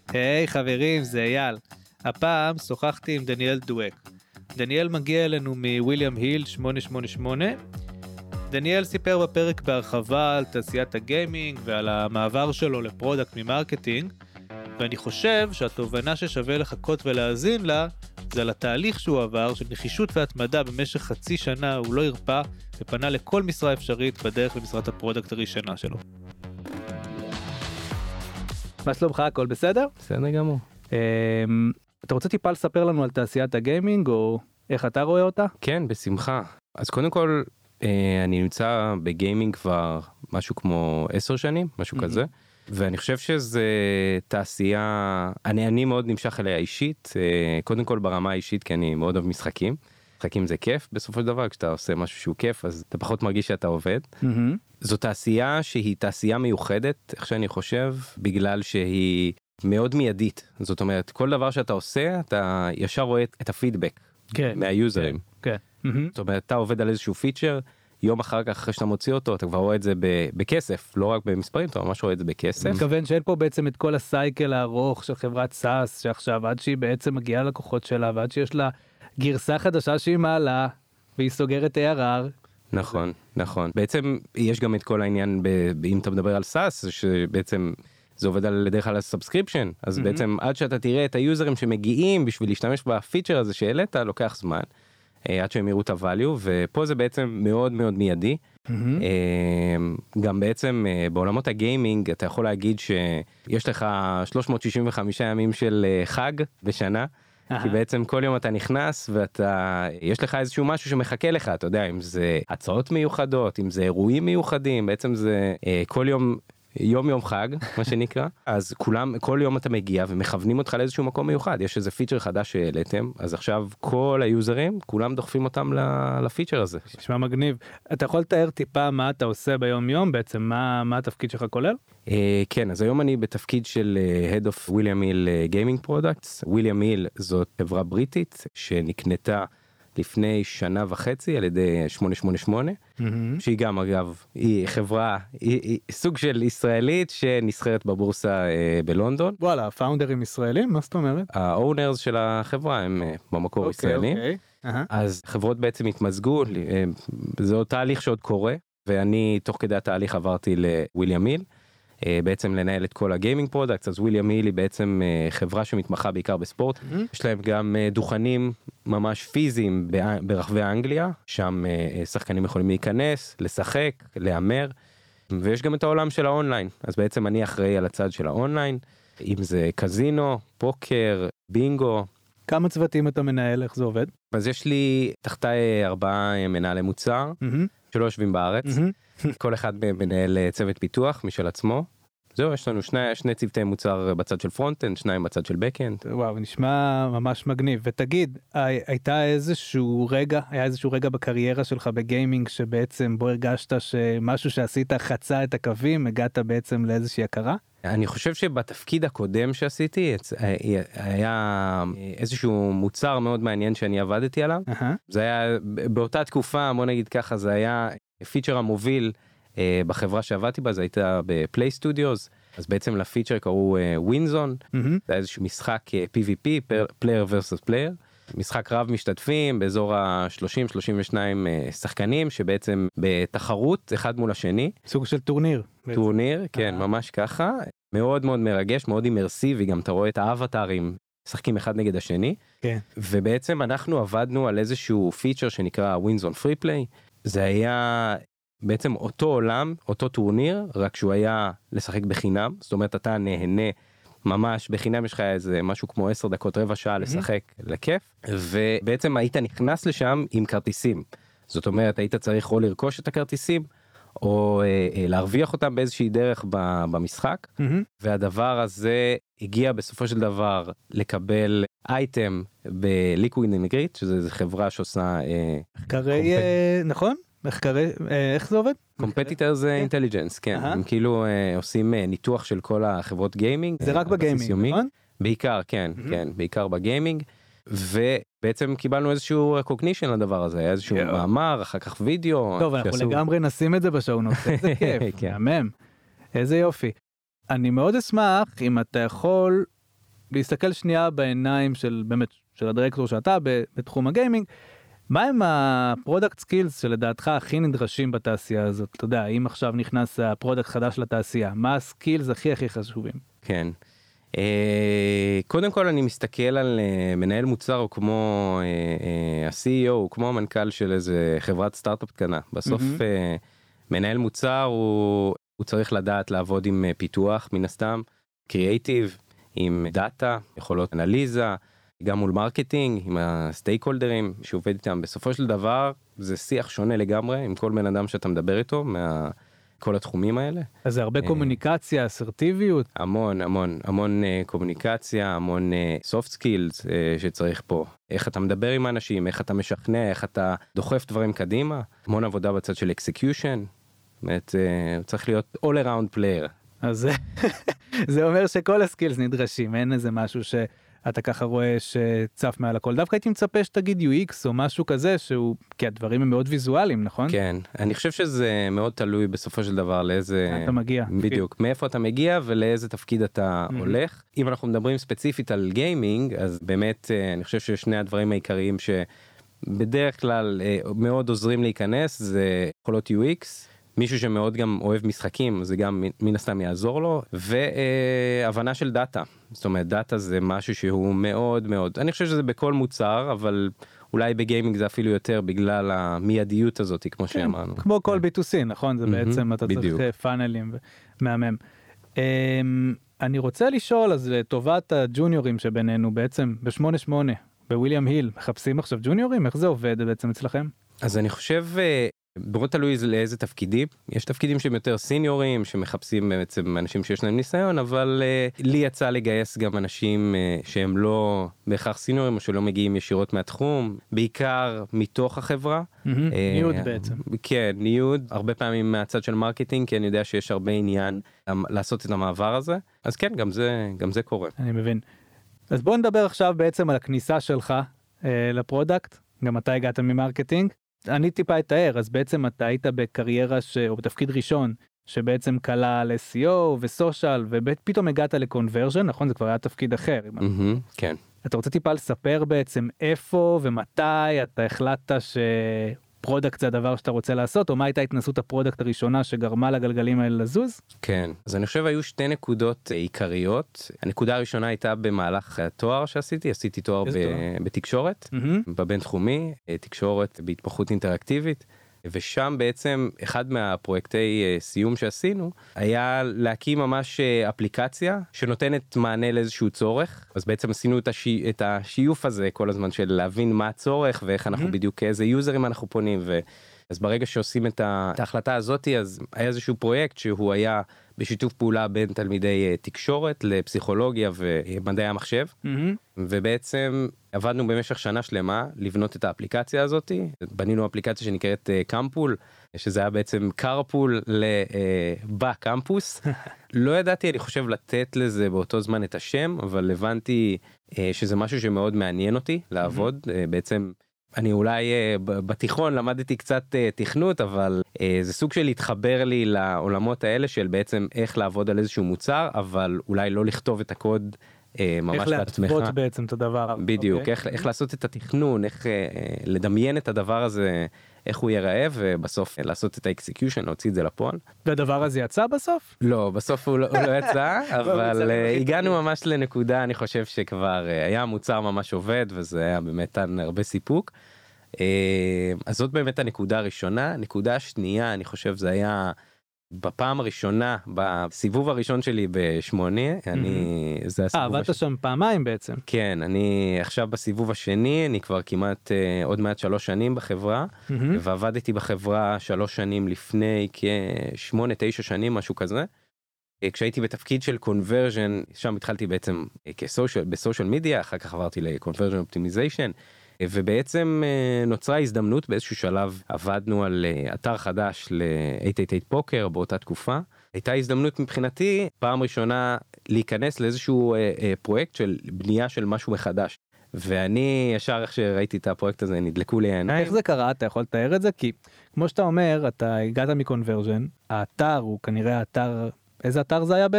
היי חברים, זה אייל. הפעם שוחחתי עם דניאל דואק. דניאל מגיע אלינו מוויליאם היל 888. דניאל סיפר בפרק בהרחבה על תעשיית הגיימינג ועל המעבר שלו לפרודקט ממרקטינג, ואני חושב שהתובנה ששווה לחכות ולהאזין לה זה על התהליך שהוא עבר של נחישות והתמדה. במשך חצי שנה הוא לא הרפא ופנה לכל משרה אפשרית בדרך למשרת הפרודקט הראשונה שלו. מה שלומך? הכל בסדר? בסדר גמור. אתה רוצה טיפה לספר לנו על תעשיית הגיימינג או איך אתה רואה אותה? כן, בשמחה. אז קודם כל, אני נמצא בגיימינג כבר משהו כמו 10 שנים, משהו כזה. ואני חושב שזה תעשייה, אני מאוד נמשך אליה אישית, קודם כל ברמה האישית, כי אני מאוד אוהב משחקים. משחקים זה כיף בסופו של דבר, כשאתה עושה משהו שהוא כיף, אז אתה פחות מרגיש שאתה עובד. זו תעשייה שהיא תעשייה מיוחדת, איך שאני חושב, בגלל שהיא מאוד מיידית. זאת אומרת, כל דבר שאתה עושה, אתה ישר רואה את הפידבק מהיוזרים. זאת אומרת, אתה עובד על איזשהו פיצ'ר, יום אחר כך, אחרי שאתה מוציא אותו, אתה כבר רואה את זה בכסף, לא רק במספרים, אתה ממש רואה את זה בכסף. אני מתכוון שאין פה בעצם את כל הסייקל הארוך של חברת סאס, שעכשיו עד שהיא בעצם מגיעה ללקוחות שלה, ועד שיש לה גרסה חדשה שהיא מעלה, והיא סוגרת ARR. נכון, נכון. בעצם יש גם את כל העניין, אם אתה מדבר על סאס, שבעצם זה עובד על דרך כלל הסאבסקריפשן, אז בעצם עד שאתה תראה את היוזרים שמגיעים בשביל להשתמש בפיצ'ר הזה שהעלית, לוקח זמן. עד שהם יראו את הvalue, ופה זה בעצם מאוד מאוד מיידי. גם בעצם בעולמות הגיימינג אתה יכול להגיד שיש לך 365 ימים של חג בשנה, כי בעצם כל יום אתה נכנס ואתה, יש לך איזשהו משהו שמחכה לך, אתה יודע, אם זה הצעות מיוחדות, אם זה אירועים מיוחדים, בעצם זה כל יום, יום חג, מה שנקרא, אז כל יום אתה מגיע ומכוונים אותך לאיזשהו מקום מיוחד, יש איזה פיצ'ר חדש שהעליתם, אז עכשיו כל היוזרים, כולם דוחפים אותם לפיצ'ר הזה. נשמע מגניב. אתה יכול לתאר טיפה מה אתה עושה ביום יום, בעצם מה התפקיד שלך כולל? כן, אז היום אני בתפקיד של Head of William Hill Gaming Products. William Hill זאת חברה בריטית שנקנתה לפני 1.5 שנה על ידי 888, שהיא גם אגב, היא חברה, היא סוג של ישראלית שנסחרת בבורסה בלונדון. וואלה, הפאונדרים ישראלים? מה זאת אומרת? האונרס של החברה הם במקור ישראלים. אז חברות בעצם התמזגו, זה עוד תהליך שעוד קורה, ואני תוך כדי התהליך עברתי לוויליאם היל, בעצם לנהל את כל הגיימינג פרודקטס. אז וויליאם היל היא בעצם חברה שמתמחה בעיקר בספורט, יש להם גם דוכנים ממש פיזיים ברחבי אנגליה, שם שחקנים יכולים להיכנס, לשחק, להמר, ויש גם את העולם של האונליין, אז בעצם אני אחראי על הצד של האונליין, אם זה קזינו, פוקר, בינגו. כמה צוותים אתה מנהל, איך זה עובד? אז יש לי תחתיי 4 מנהלי מוצר, שלא יושבים בארץ, כל אחד מנהל צוות פיתוח משל עצמו. זהו, יש לנו שני צוותי מוצר בצד של פרונט-אנד, 2 בצד של בק-אנד. וואו, נשמע ממש מגניב. ותגיד, היה איזשהו רגע בקריירה שלך בגיימינג שבעצם בו הרגשת שמשהו שעשית חצה את הקווים, הגעת בעצם לאיזושהי הכרה? אני חושב שבתפקיד הקודם שעשיתי היה איזשהו מוצר מאוד מעניין שאני עבדתי עליו. זה היה באותה תקופה, בוא נגיד ככה, זה היה פיצ'ר המוביל בחברה שעבדתי בה, זה הייתה בפליי סטודיוס, אז בעצם לפיצ'ר קראו ווינזון, זה איזשהו משחק PvP, פלייר versus פלייר, משחק רב משתתפים באזור ה-30-32 שחקנים שבעצם בתחרות אחד מול השני. סוג של טורניר. טורניר, כן, ממש ככה. מאוד מאוד מרגש, מאוד אימרסיבי, גם אתה רואה את האבטרים משחקים אחד נגד השני. כן. ובעצם אנחנו עבדנו על איזשהו פיצ'ר שנקרא ווינזון פרי פליי. זה היה בעצם אותו עולם, אותו טורניר, רק שהוא היה לשחק בחינם, זאת אומרת אתה נהנה ממש בחינם, יש לך איזה משהו כמו 10 דקות, רבע שעה לשחק לכיף, ובעצם היית נכנס לשם עם כרטיסים, זאת אומרת היית צריך או לרכוש את הכרטיסים, או להרוויח אותם באיזושהי דרך במשחק, והדבר הזה הגיע בסופו של דבר לקבל אייטם בליקוויד אנד גריט, שזה חברה שעושה מחקרי, נכון? מחקרי, איך זה עובד? Competitors Intelligence, כן, הם כאילו עושים ניתוח של כל החברות גיימינג. זה רק בגיימינג, נכון? בעיקר, כן, בעיקר בגיימינג, ובעצם קיבלנו איזשהו recognition לדבר הזה, איזשהו מאמר, אחר כך וידאו. טוב, אנחנו לגמרי נשים את זה בשעונות, איזה כיף, מהמם, איזה יופי. אני מאוד אשמח אם אתה יכול להסתכל שנייה בעיניים של באמת, של הדירקטור שאתה בתחום הגיימינג, מה הם הפרודקט סקילס שלדעתך הכי נדרשים בתעשייה הזאת? אתה יודע, אם עכשיו נכנס הפרודקט חדש לתעשייה, מה הסקילס הכי חשובים? כן. קודם כל אני מסתכל על מנהל מוצר כמו ה-CEO, כמו המנכ"ל של איזה חברת סטארט-אפ קטנה. בסוף מנהל מוצר הוא צריך לדעת לעבוד עם פיתוח מן הסתם, קריאייטיב, עם דאטה, יכולות אנליזה, גם מול מרקטינג, עם הסטייק הולדרים שעובד איתם. בסופו של דבר זה שיח שונה לגמרי עם כל בן אדם שאתה מדבר איתו כל התחומים האלה. אז זה הרבה קומוניקציה, אסרטיביות. המון קומוניקציה, המון soft skills שצריך פה. איך אתה מדבר עם אנשים, איך אתה משכנע, איך אתה דוחף דברים קדימה. המון עבודה בצד של execution. באמת, צריך להיות all around player. אז זה אומר שכל הסקילס נדרשים, אין איזה משהו שאתה ככה רואה שצף מעל הכל. דווקא הייתי מצפה שתגיד UX או משהו כזה, כי הדברים הם מאוד ויזואליים, נכון? כן, אני חושב שזה מאוד תלוי בסופו של דבר לאיזה... אתה מגיע. בדיוק, מאיפה אתה מגיע ולאיזה תפקיד אתה הולך. אם אנחנו מדברים ספציפית על גיימינג, אז באמת אני חושב ששני הדברים העיקריים שבדרך כלל מאוד עוזרים להיכנס, זה יכולות UX, מישהו שמאוד גם אוהב משחקים, זה גם מן הסתם יעזור לו, והבנה של דאטה. זאת אומרת, דאטה זה משהו שהוא מאוד מאוד, אני חושב שזה בכל מוצר, אבל אולי בגיימינג זה אפילו יותר בגלל המיידיות הזאת, כמו שאמרנו. כמו כל B2C, נכון? זה בעצם, אתה צריך פאנלים ומהמם. אני רוצה לשאול, אז לטובת הג'וניורים שבינינו, בעצם ב-88, בוויליאם היל, מחפשים עכשיו ג'וניורים? איך זה עובד בעצם אצלכם? אז אני חושב... מאוד תלוי לאיזה תפקידים, יש תפקידים שהם יותר סיניורים שמחפשים בעצם אנשים שיש להם ניסיון, אבל לי יצא לגייס גם אנשים שהם לא בהכרח סיניורים או שלא מגיעים ישירות מהתחום, בעיקר מתוך החברה. ניוד בעצם. כן, ניוד, הרבה פעמים מהצד של מרקטינג, כי אני יודע שיש הרבה עניין לעשות את המעבר הזה, אז כן, גם זה קורה. אני מבין. אז בוא נדבר עכשיו בעצם על הכניסה שלך לפרודקט, גם אתה הגעת ממרקטינג. אני טיפה אתאר, אז בעצם אתה היית בקריירה או בתפקיד ראשון, שבעצם קלה על SEO וסושיאל, ופתאום הגעת לקונברז'ן, נכון? זה כבר היה תפקיד אחר. כן. אתה רוצה טיפה לספר בעצם איפה ומתי אתה החלטת שפרודקט זה הדבר שאתה רוצה לעשות, או מה הייתה התנסות הפרודקט הראשונה שגרמה לגלגלים האלה לזוז? כן, אז אני חושב היו שתי נקודות עיקריות. הנקודה הראשונה הייתה במהלך התואר עשיתי תואר בתקשורת, בבינתחומי, תקשורת בהתמחות אינטראקטיבית, ושם בעצם אחד מהפרויקטי סיום שעשינו היה להקים ממש אפליקציה שנותנת מענה לאיזשהו צורך. אז בעצם עשינו את השיוף הזה כל הזמן של להבין מה הצורך ואיך אנחנו בדיוק איזה יוזרים אנחנו פונים. אז ברגע שעושים את ההחלטה הזאת, אז היה איזשהו פרויקט שהוא היה בשיתוף פעולה בין תלמידי תקשורת לפסיכולוגיה ומדעי המחשב, ובעצם עבדנו במשך שנה שלמה לבנות את האפליקציה הזאת. בנינו אפליקציה שנקראת קמפול, שזה היה בעצם קארפול בקמפוס. לא ידעתי, אני חושב, לתת לזה באותו זמן את השם, אבל הבנתי שזה משהו שמאוד מעניין אותי לעבוד. בעצם אני אולי בתיכון למדתי קצת תכנות, אבל זה סוג של להתחבר לי לעולמות האלה של בעצם איך לעבוד על איזשהו מוצר, אבל אולי לא לכתוב את הקוד ממש בעצמך. איך להתוות בעצם את הדבר. בדיוק, איך לעשות את התכנון, איך לדמיין את הדבר הזה, איך הוא ייראה, ובסוף לעשות את האקסקיושן, להוציא את זה לפועל. והדבר הזה יצא בסוף? לא, בסוף הוא לא יצא, אבל הגענו ממש לנקודה, אני חושב שכבר היה מוצר ממש עובד, וזה היה באמת הרבה סיפוק. אז זאת באמת הנקודה הראשונה. הנקודה השנייה, אני חושב זה היה בפעם הראשונה, בסיבוב הראשון שלי בשמונה, זה הסיבוב עבדת שם פעמיים בעצם. כן, אני עכשיו בסיבוב השני, אני כבר כמעט עוד מעט 3 שנים בחברה, ועבדתי בחברה 3 שנים לפני כ8-9 שנים, משהו כזה. כשהייתי בתפקיד של conversion, שם התחלתי בעצם בסושיאל מדיה, אחר כך עברתי ל-conversion optimization, ובעצם נוצרה הזדמנות באיזשהו שלב, עבדנו על אתר חדש ל-888 פוקר באותה תקופה. הייתה הזדמנות מבחינתי, פעם ראשונה להיכנס לאיזשהו פרויקט של בנייה של משהו מחדש. ואני ישר איך שראיתי את הפרויקט הזה נדלקו לי העיניים. איך זה קרה? אתה יכול לתאר את זה? כי כמו שאתה אומר, אתה הגעת מקונברז'ן, האתר הוא כנראה אתר, איזה אתר זה היה בעצם?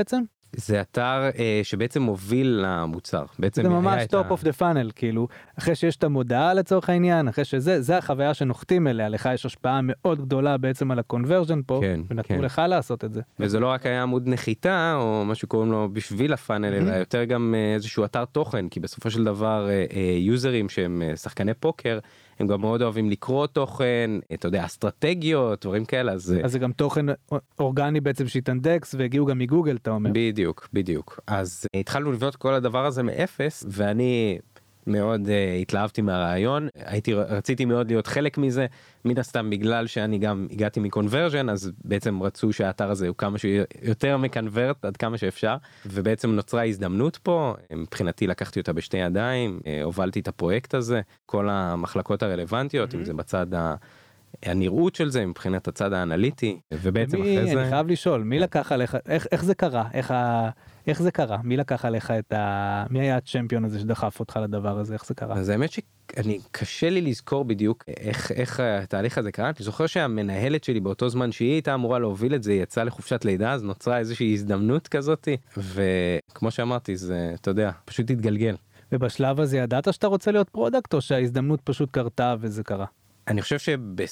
זה אתר שבעצם מוביל למוצר. זה ממש top of the funnel, כאילו, אחרי שיש את המודעה לצורך העניין, אחרי זה החוויה שנוחתים אליה, לך יש השפעה מאוד גדולה בעצם על הקונברז'ן פה, ונתנו לך לעשות את זה. וזה לא רק היה עמוד נחיתה, או משהו קוראים לו בשביל הפאנל, אלא יותר גם איזשהו אתר תוכן, כי בסופו של דבר יוזרים שהם שחקני פוקר, הם גם מאוד אוהבים לקרוא תוכן, אתה יודע, אסטרטגיות, דברים כאלה. אז זה גם תוכן אורגני בעצם שהתאנדקס, והגיעו גם מגוגל, אתה אומר. בדיוק. אז התחלנו לבנות כל הדבר הזה מאפס, ואני מאוד התלהבתי מהרעיון, רציתי מאוד להיות חלק מזה, מן הסתם בגלל שאני גם הגעתי מקונברז'ן, אז בעצם רצו שהאתר הזה הוא כמה שיותר מקנברט עד כמה שאפשר, ובעצם נוצרה הזדמנות פה, מבחינתי לקחתי אותה בשתי ידיים, הובלתי את הפרויקט הזה, כל המחלקות הרלוונטיות, אם זה בצד הנראות של זה, מבחינת הצד האנליטי, ובעצם אחרי זה... אני חייב לשאול, מי לקח עליך, איך זה קרה? איך זה קרה? מי לקח עליך מי היה הצ'מפיון הזה שדחף אותך לדבר הזה? איך זה קרה? אז האמת קשה לי לזכור בדיוק איך התהליך הזה קרה. אני זוכר שהמנהלת שלי באותו זמן שהיא הייתה אמורה להוביל את זה, יצאה לחופשת לידה, אז נוצרה איזושהי הזדמנות כזאת, וכמו שאמרתי, זה, אתה יודע, פשוט התגלגל. ובשלב הזה ידעת שאתה רוצה להיות פרודקט, או שההזדמנות פשוט קרתה וזה קרה? אני חושב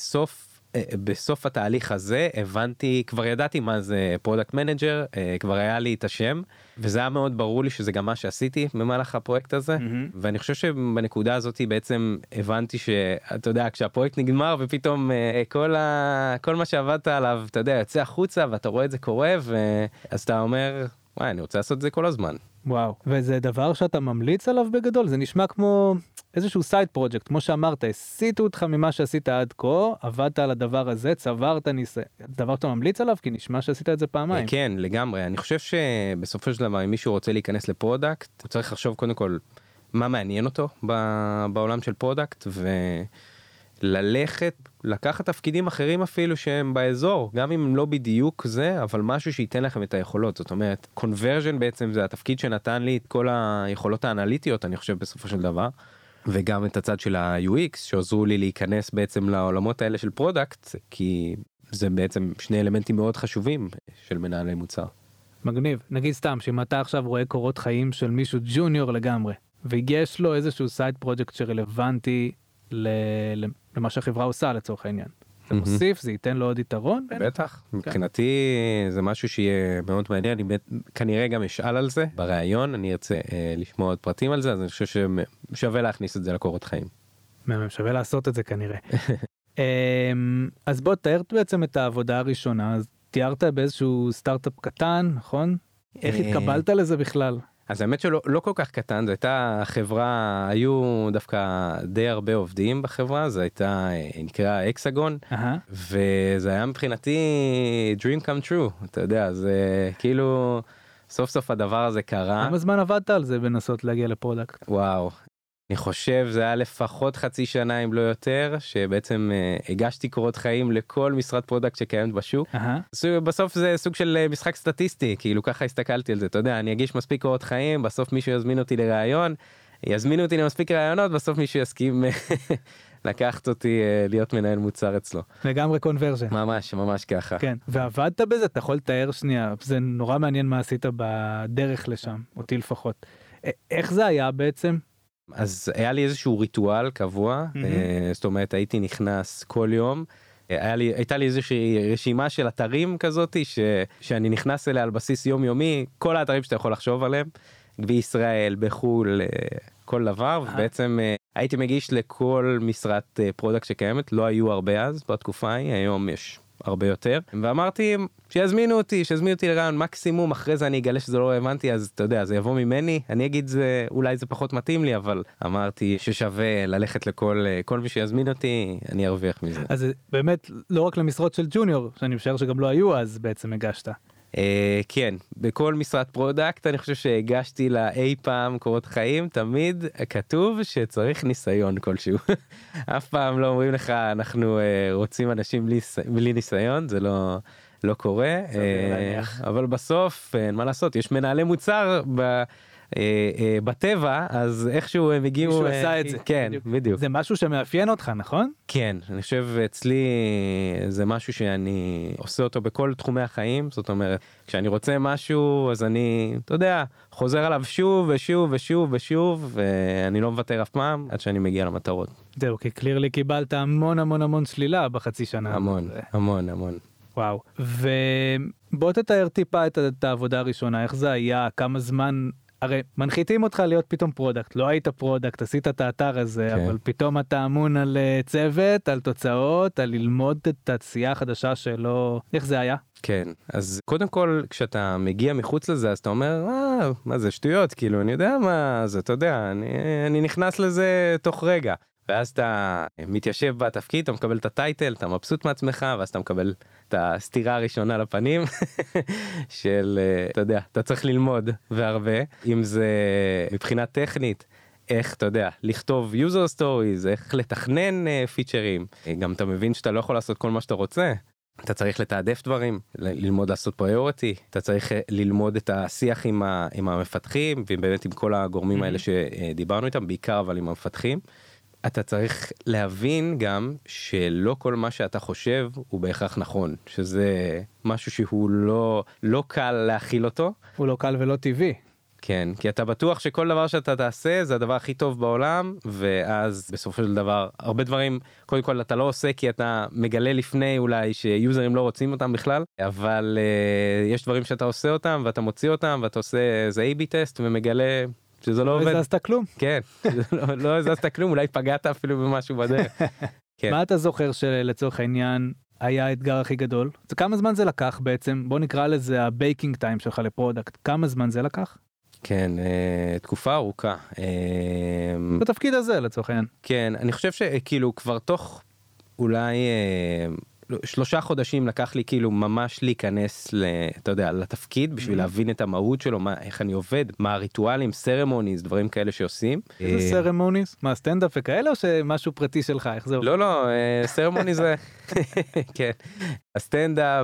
שבסוף התהליך הזה הבנתי, כבר ידעתי מה זה פרודקט מנג'ר, כבר היה לי את השם, וזה היה מאוד ברור לי שזה גם מה שעשיתי במהלך הפרויקט הזה, ואני חושב שבנקודה הזאת בעצם הבנתי שאתה יודע, כשהפרויקט נגמר ופתאום כל מה שעבדת עליו, אתה יודע, יוצא החוצה ואתה רואה את זה קורה, אז אתה אומר, וואי, אני רוצה לעשות את זה כל הזמן. וואו, וזה דבר שאתה ממליץ עליו בגדול? זה נשמע כמו איזשהו סייד פרוג'קט, כמו שאמרת, הסיטו אותך ממה שעשית עד כה, עבדת על הדבר הזה, צברת ניסיון, דבר שאתה ממליץ עליו, כי נשמע שעשית את זה פעמיים. כן, לגמרי. אני חושב שבסופו של דבר, אם מישהו רוצה להיכנס לפרודקט, הוא צריך לחשוב קודם כל מה מעניין אותו בעולם של פרודקט, וללכת, לקחת תפקידים אחרים אפילו שהם באזור, גם אם הם לא בדיוק זה, אבל משהו שייתן לכם את היכולות. זאת אומרת, קונברז'ן בעצם זה התפקיד שנתן לי את כל היכולות האנליטיות, אני חושב בסופו של דבר. וגם את הצד של ה-UX שעוזרו לי להיכנס בעצם לעולמות האלה של פרודקט, כי זה בעצם שני אלמנטים מאוד חשובים של מנהלי מוצר. מגניב. נגיד סתם, שאם אתה עכשיו רואה קורות חיים של מישהו ג'וניור לגמרי, ויש לו איזשהו סייד פרוג'קט שרלוונטי למה שהחברה עושה לצורך העניין. זה מוסיף, זה ייתן לו עוד יתרון? בטח, מבחינתי זה משהו שיהיה מאוד מעניין, אני כנראה גם אשאל על זה בראיון, אני ארצה לשמוע עוד פרטים על זה, אז אני חושב ששווה להכניס את זה לקורות חיים. שווה לעשות את זה כנראה. אז בוא תאר בעצם את העבודה הראשונה, אז תיארת באיזשהו סטארט-אפ קטן, נכון? איך התקבלת לזה בכלל? אז האמת שלא כל כך קטן, זו הייתה חברה, היו דווקא די הרבה עובדים בחברה, זו הייתה, נקרא אקסגון, וזה היה מבחינתי dream come true, אתה יודע, זה כאילו, סוף סוף הדבר הזה קרה. כמה זמן עבדת על זה בנסות להגיע לפרודקט? וואו, אני חושב זה היה לפחות חצי שנה אם לא יותר, שבעצם הגשתי קורות חיים לכל משרד פרודקט שקיימת בשוק. בסוף זה סוג של משחק סטטיסטי, כאילו ככה הסתכלתי על זה, אתה יודע, אני אגיש מספיק קורות חיים, בסוף מישהו יזמין אותי לראיון, יזמינו אותי למספיק ראיונות, בסוף מישהו יסכים לקחת אותי להיות מנהל מוצר אצלו. לגמרי קונברז'ן. ממש ככה. כן, ועבדת בזה, אתה יכול לתאר שנייה, זה נורא מעניין מה עשית בדרך לשם, אותי לפחות. איך זה היה בעצם? אז היה לי איזשהו ריטואל קבוע, זאת אומרת הייתי נכנס כל יום, הייתה לי איזושהי רשימה של אתרים כזאת שאני נכנס אליה על בסיס יומיומי, כל האתרים שאתה יכול לחשוב עליהם, בישראל, בחול, כל דבר, ובעצם הייתי מגיש לכל משרת פרודקט שקיימת, לא היו הרבה אז בתקופה ההיא, היום יש הרבה יותר, ואמרתי שיזמינו אותי לרעיון מקסימום, אחרי זה אני אגלה שזה לא הבנתי, אז אתה יודע, זה יבוא ממני, אני אגיד זה, אולי זה פחות מתאים לי, אבל אמרתי ששווה ללכת כל מי שיזמין אותי, אני ארוויח מזה. אז באמת, לא רק למשרות של ג'וניור, שאני משער שגם לא היו אז בעצם הגשת. כן, בכל משרת פרודקט אני חושב שהגשתי לה אי פעם קורות חיים, תמיד כתוב שצריך ניסיון כלשהו. אף פעם לא אומרים לך אנחנו רוצים אנשים בלי ניסיון, זה לא קורה, אבל בסוף אין מה לעשות, יש מנהלי מוצר בטבע, אז איכשהו הם הגיעו... מישהו עשה את זה. כן, בדיוק. זה משהו שמאפיין אותך, נכון? כן, אני חושב אצלי זה משהו שאני עושה אותו בכל תחומי החיים, זאת אומרת, כשאני רוצה משהו, אז אני, אתה יודע, חוזר עליו שוב ושוב ושוב ושוב, ואני לא מוותר אף פעם עד שאני מגיע למטרות. זהו, כי קלירלי קיבלת המון המון המון שלילה בחצי שנה. המון, המון, המון. וואו. ובוא תתאר טיפה את העבודה הראשונה, איך זה היה, כמה זמן, הרי מנחיתים אותך להיות פתאום פרודקט, לא היית פרודקט, עשית את האתר הזה, אבל פתאום אתה אמון על צוות, על תוצאות, על ללמוד את התעשייה החדשה שלו, איך זה היה? כן, אז קודם כל כשאתה מגיע מחוץ לזה, אז אתה אומר, מה זה שטויות, כאילו, אני יודע מה זה, אתה יודע, אני נכנס לזה תוך רגע. ואז אתה מתיישב בתפקיד, אתה מקבל את הטייטל, אתה מבסוט מעצמך, ואז אתה מקבל את הסתירה הראשונה לפנים של, אתה יודע, אתה צריך ללמוד והרבה, אם זה מבחינה טכנית, איך, אתה יודע, לכתוב user stories, איך לתכנן פיצ'רים, גם אתה מבין שאתה לא יכול לעשות כל מה שאתה רוצה, אתה צריך לתעדף דברים, ללמוד לעשות פריוריטי, אתה צריך ללמוד את השיח עם המפתחים, ובאמת עם כל הגורמים האלה שדיברנו איתם, בעיקר אבל עם המפתחים. אתה צריך להבין גם שלא כל מה שאתה חושב הוא בהכרח נכון, שזה משהו שהוא לא קל להכיל אותו. הוא לא קל ולא טבעי. כן, כי אתה בטוח שכל דבר שאתה תעשה זה הדבר הכי טוב בעולם, ואז בסופו של דבר הרבה דברים קודם כל אתה לא עושה כי אתה מגלה לפני אולי שיוזרים לא רוצים אותם בכלל, אבל יש דברים שאתה עושה אותם ואתה מוציא אותם ואתה עושה איזה A/B טסט ומגלה שזה לא עובד. לא הזזת כלום. כן, לא הזזת כלום, אולי פגעת אפילו במשהו בדרך. מה אתה זוכר שלצורך העניין היה האתגר הכי גדול? כמה זמן זה לקח בעצם? בוא נקרא לזה הבייקינג טיים שלך לפרודקט. כמה זמן זה לקח? כן, תקופה ארוכה. בתפקיד הזה לצורך העניין. כן, אני חושב שכאילו כבר תוך אולי 3 חודשים לקח לי כאילו ממש להיכנס אתה יודע, לתפקיד בשביל להבין את המהות שלו, איך אני עובד, מה הריטואלים, סרמוניז, דברים כאלה שעושים. איזה סרמוניז? מה, סטנדאפ וכאלה או שמשהו פרטי שלך? איך זה עובד? לא, סרמוניז זה, כן, הסטנדאפ,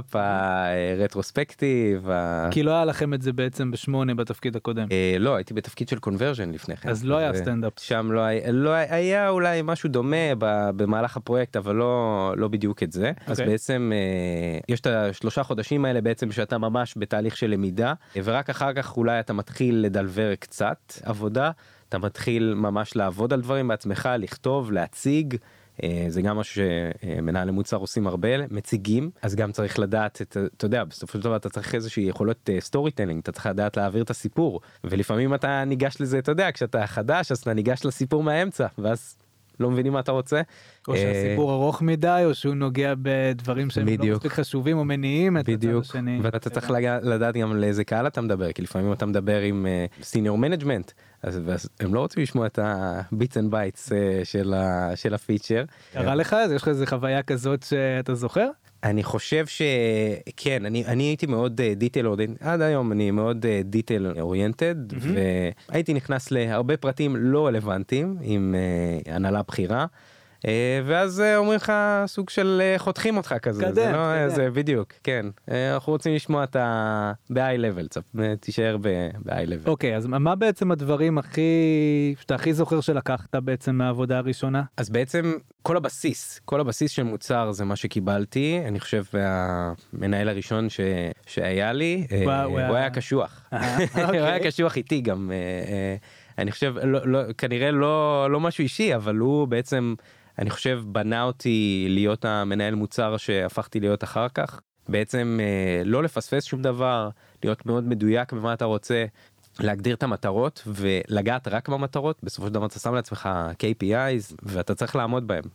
הרטרוספקטיב. כי לא היה לכם את זה בעצם ב8 בתפקיד הקודם. לא, הייתי בתפקיד של קונברז'ן לפני כן. אז לא היה סטנדאפ. שם לא היה אולי משהו דומה במהלך הפרויקט, אבל לא בדיוק את זה. אז בעצם יש את 3 חודשים האלה בעצם שאתה ממש בתהליך של למידה, ורק אחר כך אולי אתה מתחיל לדלבר קצת עבודה, אתה מתחיל ממש לעבוד על דברים בעצמך, לכתוב, להציג, זה גם משהו שמנהלי מוצר עושים הרבה, מציגים, אז גם צריך לדעת, אתה יודע, בסופו של דבר אתה צריך איזושהי יכולות סטורי טיילינג, אתה צריך לדעת להעביר את הסיפור, ולפעמים אתה ניגש לזה, אתה יודע, כשאתה חדש, אז אתה ניגש לסיפור מהאמצע, ואז לא מבינים מה אתה רוצה. או שהסיפור ארוך מדי, או שהוא נוגע בדברים שהם לא מספיק חשובים או מניעים את הצד השני. ואתה צריך לדעת גם לאיזה קהל אתה מדבר, כי לפעמים אתה מדבר עם סיניור מנג'מנט, אז הם לא רוצים לשמוע את הביטס אנד בייטס של הפיצ'ר. קרה לך? יש לך איזה חוויה כזאת שאתה זוכר? אני חושב שכן, אני הייתי מאוד דיטייל אוריינטד, עד היום אני מאוד דיטייל אוריינטד, והייתי נכנס להרבה פרטים לא רלוונטיים עם הנהלה בחירה, ואז אומרים לך סוג של חותכים אותך כזה, זה לא, זה בדיוק, כן, אנחנו רוצים לשמוע את ב-high level, תישאר ב-high level. אוקיי, אז מה בעצם הדברים שאתה הכי זוכר שלקחת בעצם מהעבודה הראשונה? אז בעצם כל הבסיס של מוצר זה מה שקיבלתי, אני חושב המנהל הראשון שהיה לי, הוא היה קשוח, הוא היה קשוח איתי גם, אני חושב, כנראה לא משהו אישי, אבל הוא בעצם, אני חושב, בנה אותי להיות המנהל מוצר שהפכתי להיות אחר כך. בעצם לא לפספס שום דבר, להיות מאוד מדויק במה אתה רוצה, להגדיר את המטרות ולגעת רק במטרות. בסופו של דבר אתה שם לעצמך KPIs ואתה צריך לעמוד בהם.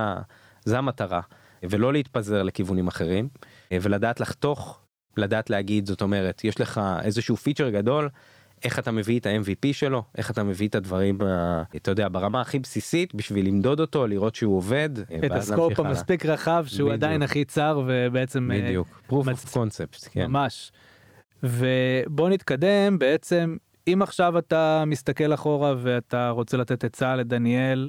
זה המטרה. ולא להתפזר לכיוונים אחרים. ולדעת לחתוך, לדעת להגיד, זאת אומרת, יש לך איזשהו פיצ'ר גדול, איך אתה מביא את ה-MVP שלו, איך אתה מביא את הדברים, אתה יודע, ברמה הכי בסיסית, בשביל למדוד אותו, לראות שהוא עובד. את הסקופ המספיק רחב, שהוא עדיין הכי צר, ובעצם... בדיוק, proof of concept, כן. ממש. ובוא נתקדם, בעצם, אם עכשיו אתה מסתכל אחורה, ואתה רוצה לתת עצה לדניאל,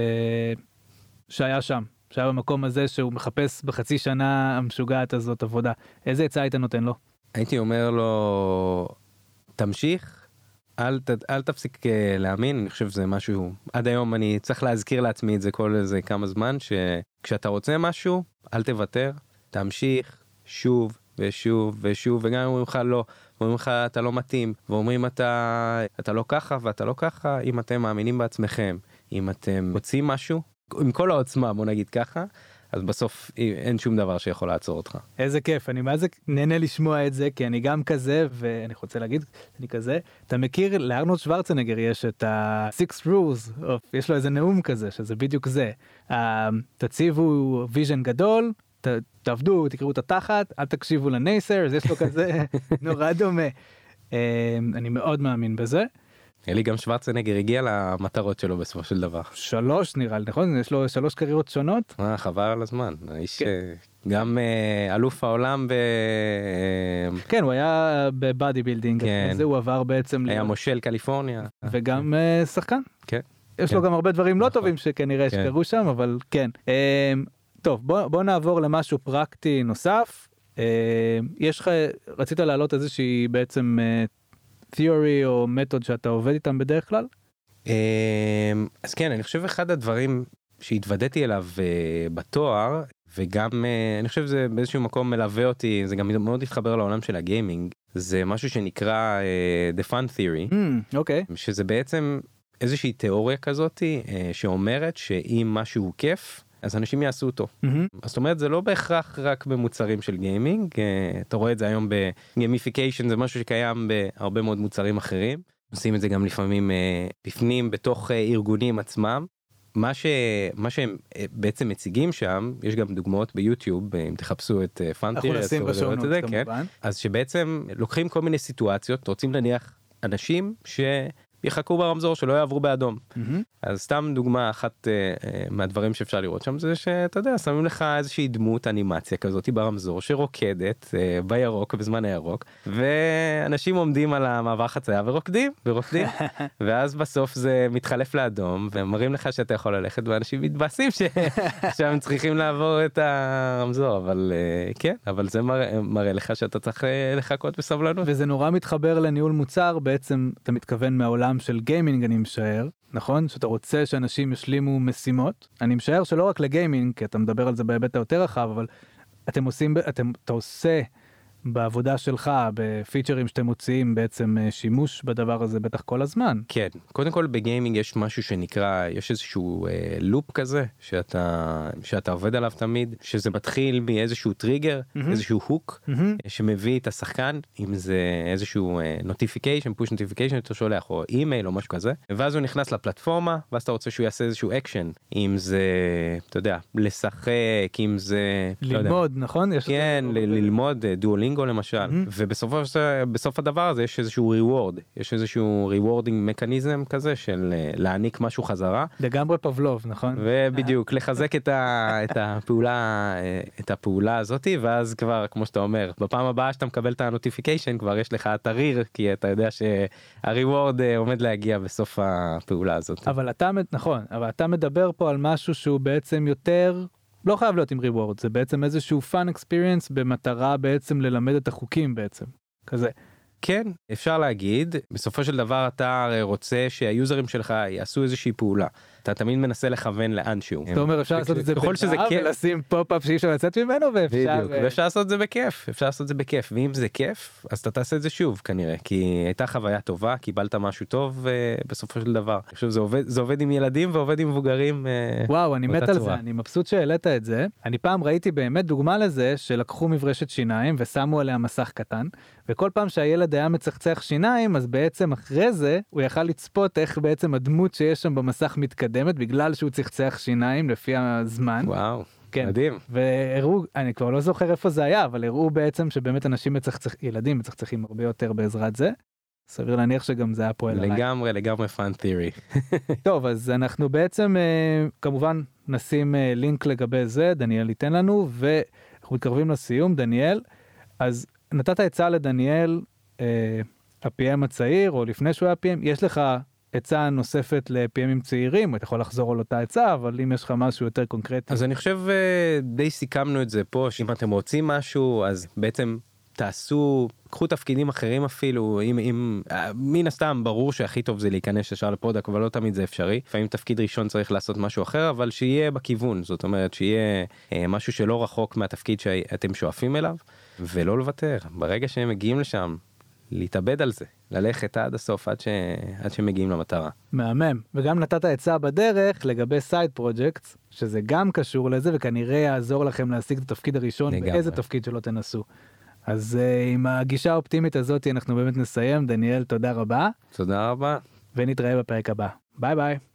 שהיה שם, שהיה במקום הזה, שהוא מחפש בחצי שנה המשוגעת הזאת עבודה, איזה עצה היית נותן לו? הייתי אומר לו, תמשיך, אל תפסיק להאמין, אני חושב שזה משהו, עד היום אני צריך להזכיר לעצמי את זה כל איזה כמה זמן, שכשאתה רוצה משהו, אל תוותר, תמשיך שוב ושוב ושוב, וגם אומרים לך לא, אומרים לך אתה לא מתאים, ואומרים אתה לא ככה ואתה לא ככה, אם אתם מאמינים בעצמכם, אם אתם רוצים משהו, עם כל העוצמה, בוא נגיד ככה, אז בסוף אין שום דבר שיכול לעצור אותך. איזה כיף, אני מה זה נהנה לשמוע את זה, כי אני גם כזה, ואני רוצה להגיד, אני כזה, אתה מכיר, לארנולד שוורצנגר יש את ה-Six Rules, יש לו איזה נאום כזה, שזה בדיוק זה. תציבו ויז'ן גדול, תעבדו, תקראו את התחת, אל תקשיבו לנייסר, אז יש לו כזה נורא דומה. אני מאוד מאמין בזה. אלי גם שוורצנגר הגיע למטרות שלו בסופו של דבר. 3 נראה לי, נכון? יש לו 3 קריירות שונות. חבל על הזמן. האיש גם אלוף העולם כן, הוא היה בבאדי בילדינג. זה הוא עבר בעצם. היה מושל קליפורניה. וגם שחקן. כן. יש לו גם הרבה דברים לא טובים שכנראה שקרו שם, אבל כן. טוב, בוא נעבור למשהו פרקטי נוסף. רצית להעלות איזושהי בעצם תיאורי או מתוד שאתה עובד איתם בדרך כלל? אז כן, אני חושב אחד הדברים שהתוודעתי אליו בתואר, וגם אני חושב שזה באיזשהו מקום מלווה אותי, זה גם מאוד התחבר לעולם של הגיימינג, זה משהו שנקרא The Fun Theory, שזה בעצם איזושהי תיאוריה כזאת שאומרת שאם משהו כיף, אז אנשים יעשו אותו. אז זאת אומרת, זה לא בהכרח רק במוצרים של גיימינג, אתה רואה את זה היום בגיימיפיקיישן, זה משהו שקיים בהרבה מאוד מוצרים אחרים, עושים את זה גם לפעמים בפנים, בתוך ארגונים עצמם. מה שהם בעצם מציגים שם, יש גם דוגמאות ביוטיוב, אם תחפשו את פאנטיר, אז שבעצם לוקחים כל מיני סיטואציות, רוצים להניח אנשים יחכו ברמזור שלא יעברו באדום. אז סתם דוגמה אחת מהדברים שאפשר לראות שם זה שאתה יודע, שמים לך איזושהי דמות אנימציה כזאת ברמזור שרוקדת בירוק בזמן הירוק, ואנשים עומדים על המעבר חצייה ורוקדים ואז בסוף זה מתחלף לאדום ומראים לך שאתה יכול ללכת, ואנשים מתבאסים שהם צריכים לעבור את הרמזור, אבל כן, אבל זה מראה לך שאתה צריך לחכות בסבלנות. וזה נורא מתחבר לניהול מוצר, בעצם אתה מתכוון מהעולם של גיימינג, אני משער, נכון? שאתה רוצה שאנשים ישלימו משימות. אני משער שלא רק לגיימינג, כי אתה מדבר על זה בהיבט היותר רחב, אבל אתה עושה בעבודה שלך, בפיצ'רים שאתם מוציאים בעצם שימוש בדבר הזה בטח כל הזמן. כן, קודם כל בגיימינג יש משהו שנקרא, יש איזשהו לופ כזה, שאתה עובד עליו תמיד, שזה מתחיל מאיזשהו טריגר, איזשהו הוק, שמביא את השחקן, אם זה איזשהו נוטיפיקיישן, פוש נוטיפיקיישן, אתה שולח, או אימייל או משהו כזה, ואז הוא נכנס לפלטפורמה, ואז אתה רוצה שהוא יעשה איזשהו אקשן, אם זה, אתה יודע, לשחק, אם זה... ללמוד, נכון? כן, ללמוד, דואלינגו למשל, ובסוף הדבר הזה יש איזשהו reward, יש איזשהו rewarding mechanism כזה של להעניק משהו חזרה. לגמרי פבלוב, נכון? ובדיוק, לחזק את הפעולה הזאת, ואז כבר, כמו שאתה אומר, בפעם הבאה שאתה מקבל את הנוטיפיקיישן, כבר יש לך תריר, כי אתה יודע שהריוורד עומד להגיע בסוף הפעולה הזאת. אבל אתה מדבר פה על משהו שהוא בעצם יותר... לא חייב להיות עם ריוורד, זה בעצם איזשהו fun experience במטרה בעצם ללמד את החוקים בעצם, כזה. כן, אפשר להגיד, בסופו של דבר אתה רוצה שהיוזרים שלך יעשו איזושהי פעולה. אתה תמיד מנסה לכוון לאנשהו. זאת אומרת, אפשר לעשות את זה בנאה ולשים פופ-אפ שאי אפשר לצאת ממנו, ואפשר לעשות את זה בכיף, ואם זה כיף, אז אתה תעשה את זה שוב כנראה, כי הייתה חוויה טובה, קיבלת משהו טוב בסופו של דבר. אני חושב זה עובד עם ילדים ועובד עם מבוגרים. וואו, אני מת על זה, אני מבסוט שהעלית את זה. אני פעם ראיתי באמת דוגמה לזה, שלקחו מברשת שיניים ושמו עליה מסך קטן, וכל פעם שהילד היה מצחצח שיניים, אז בעצם אחרי זה הוא יכל לצפות איך בעצם הדמות שיש שם במסך מתקדמת, בגלל שהוא צחצח שיניים לפי הזמן. וואו, כן. מדהים. והראו, אני כבר לא זוכר איפה זה היה, אבל הראו בעצם שבאמת ילדים מצחצחים הרבה יותר בעזרת זה. סביר להניח שגם זה היה פועל עליי. לגמרי fun theory. טוב, אז אנחנו בעצם כמובן נשים לינק לגבי זה, דניאל ייתן לנו, ואנחנו מתקרבים לסיום. דניאל, אז נתת עצה לדניאל, ה-PM הצעיר, או לפני שהוא היה PM, יש לך עצה נוספת ל-PMים צעירים, אתה יכול לחזור על אותה עצה, אבל אם יש לך משהו יותר קונקרטי. אז אני חושב די סיכמנו את זה פה, שאם אתם רוצים משהו, אז בעצם תעשו, קחו תפקידים אחרים אפילו, אם מן הסתם ברור שהכי טוב זה להיכנס ישר לפרודקט, אבל לא תמיד זה אפשרי. לפעמים תפקיד ראשון צריך לעשות משהו אחר, אבל שיהיה בכיוון, זאת אומרת שיהיה משהו שלא רחוק מהתפקיד שאתם שואפים אליו, ולא לוותר. ברגע שהם מגיעים לשם, להתאבד על זה, ללכת עד הסוף, עד שמגיעים למטרה. מהמם, וגם נתת עצה בדרך לגבי סייד פרוג'קטס, שזה גם קשור לזה, וכנראה יעזור לכם להשיג את התפקיד הראשון, באיזה תפקיד שלא תנסו. אז עם הגישה האופטימית הזאת אנחנו באמת נסיים. דניאל, תודה רבה. תודה רבה. ונתראה בפרק הבא. ביי ביי.